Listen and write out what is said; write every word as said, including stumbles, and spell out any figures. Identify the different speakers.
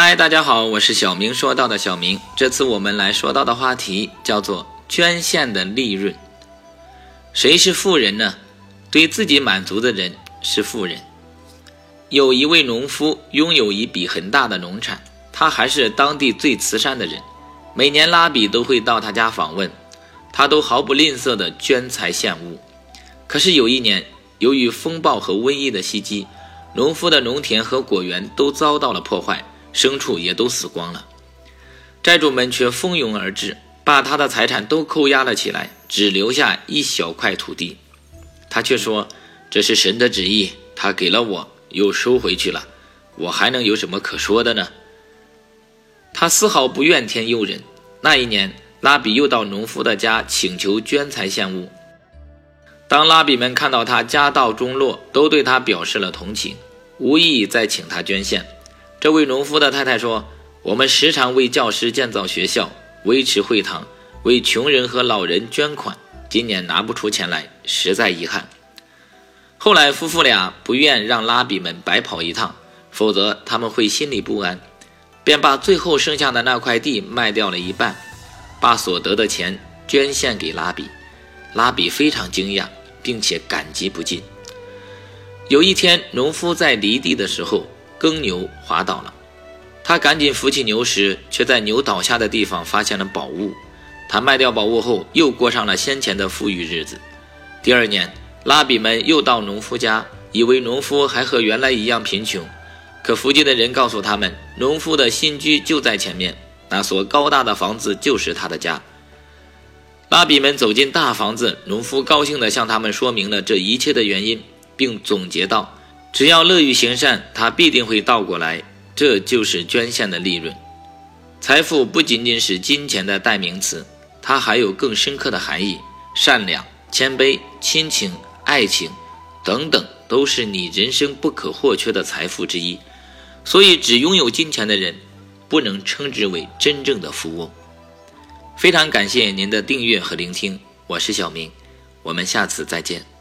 Speaker 1: 嗨，大家好，我是小明说到的小明。这次我们来说到的话题叫做捐献的利润。谁是富人呢？对自己满足的人是富人。有一位农夫拥有一笔很大的农产，他还是当地最慈善的人，每年拉比都会到他家访问，他都毫不吝啬地捐财献物。可是有一年，由于风暴和瘟疫的袭击，农夫的农田和果园都遭到了破坏，牲畜也都死光了。债主们却蜂拥而至，把他的财产都扣押了起来，只留下一小块土地。他却说，这是神的旨意，他给了我，又收回去了，我还能有什么可说的呢？他丝毫不怨天尤人。那一年，拉比又到农夫的家请求捐财献物。当拉比们看到他家道中落，都对他表示了同情，无意再请他捐献。这位农夫的太太说，我们时常为教师建造学校，维持会堂，为穷人和老人捐款，今年拿不出钱来，实在遗憾。后来夫妇俩不愿让拉比们白跑一趟，否则他们会心里不安，便把最后剩下的那块地卖掉了一半，把所得的钱捐献给拉比。拉比非常惊讶，并且感激不尽。有一天，农夫在犁地的时候，耕牛滑倒了，他赶紧扶起牛时，却在牛倒下的地方发现了宝物。他卖掉宝物后，又过上了先前的富裕日子。第二年，拉比们又到农夫家，以为农夫还和原来一样贫穷，可附近的人告诉他们，农夫的新居就在前面，那所高大的房子就是他的家。拉比们走进大房子，农夫高兴地向他们说明了这一切的原因，并总结道，只要乐于行善，他必定会倒过来，这就是捐献的利润。财富不仅仅是金钱的代名词，它还有更深刻的含义，善良、谦卑、亲情、爱情等等，都是你人生不可或缺的财富之一。所以只拥有金钱的人，不能称之为真正的富翁。非常感谢您的订阅和聆听，我是小明，我们下次再见。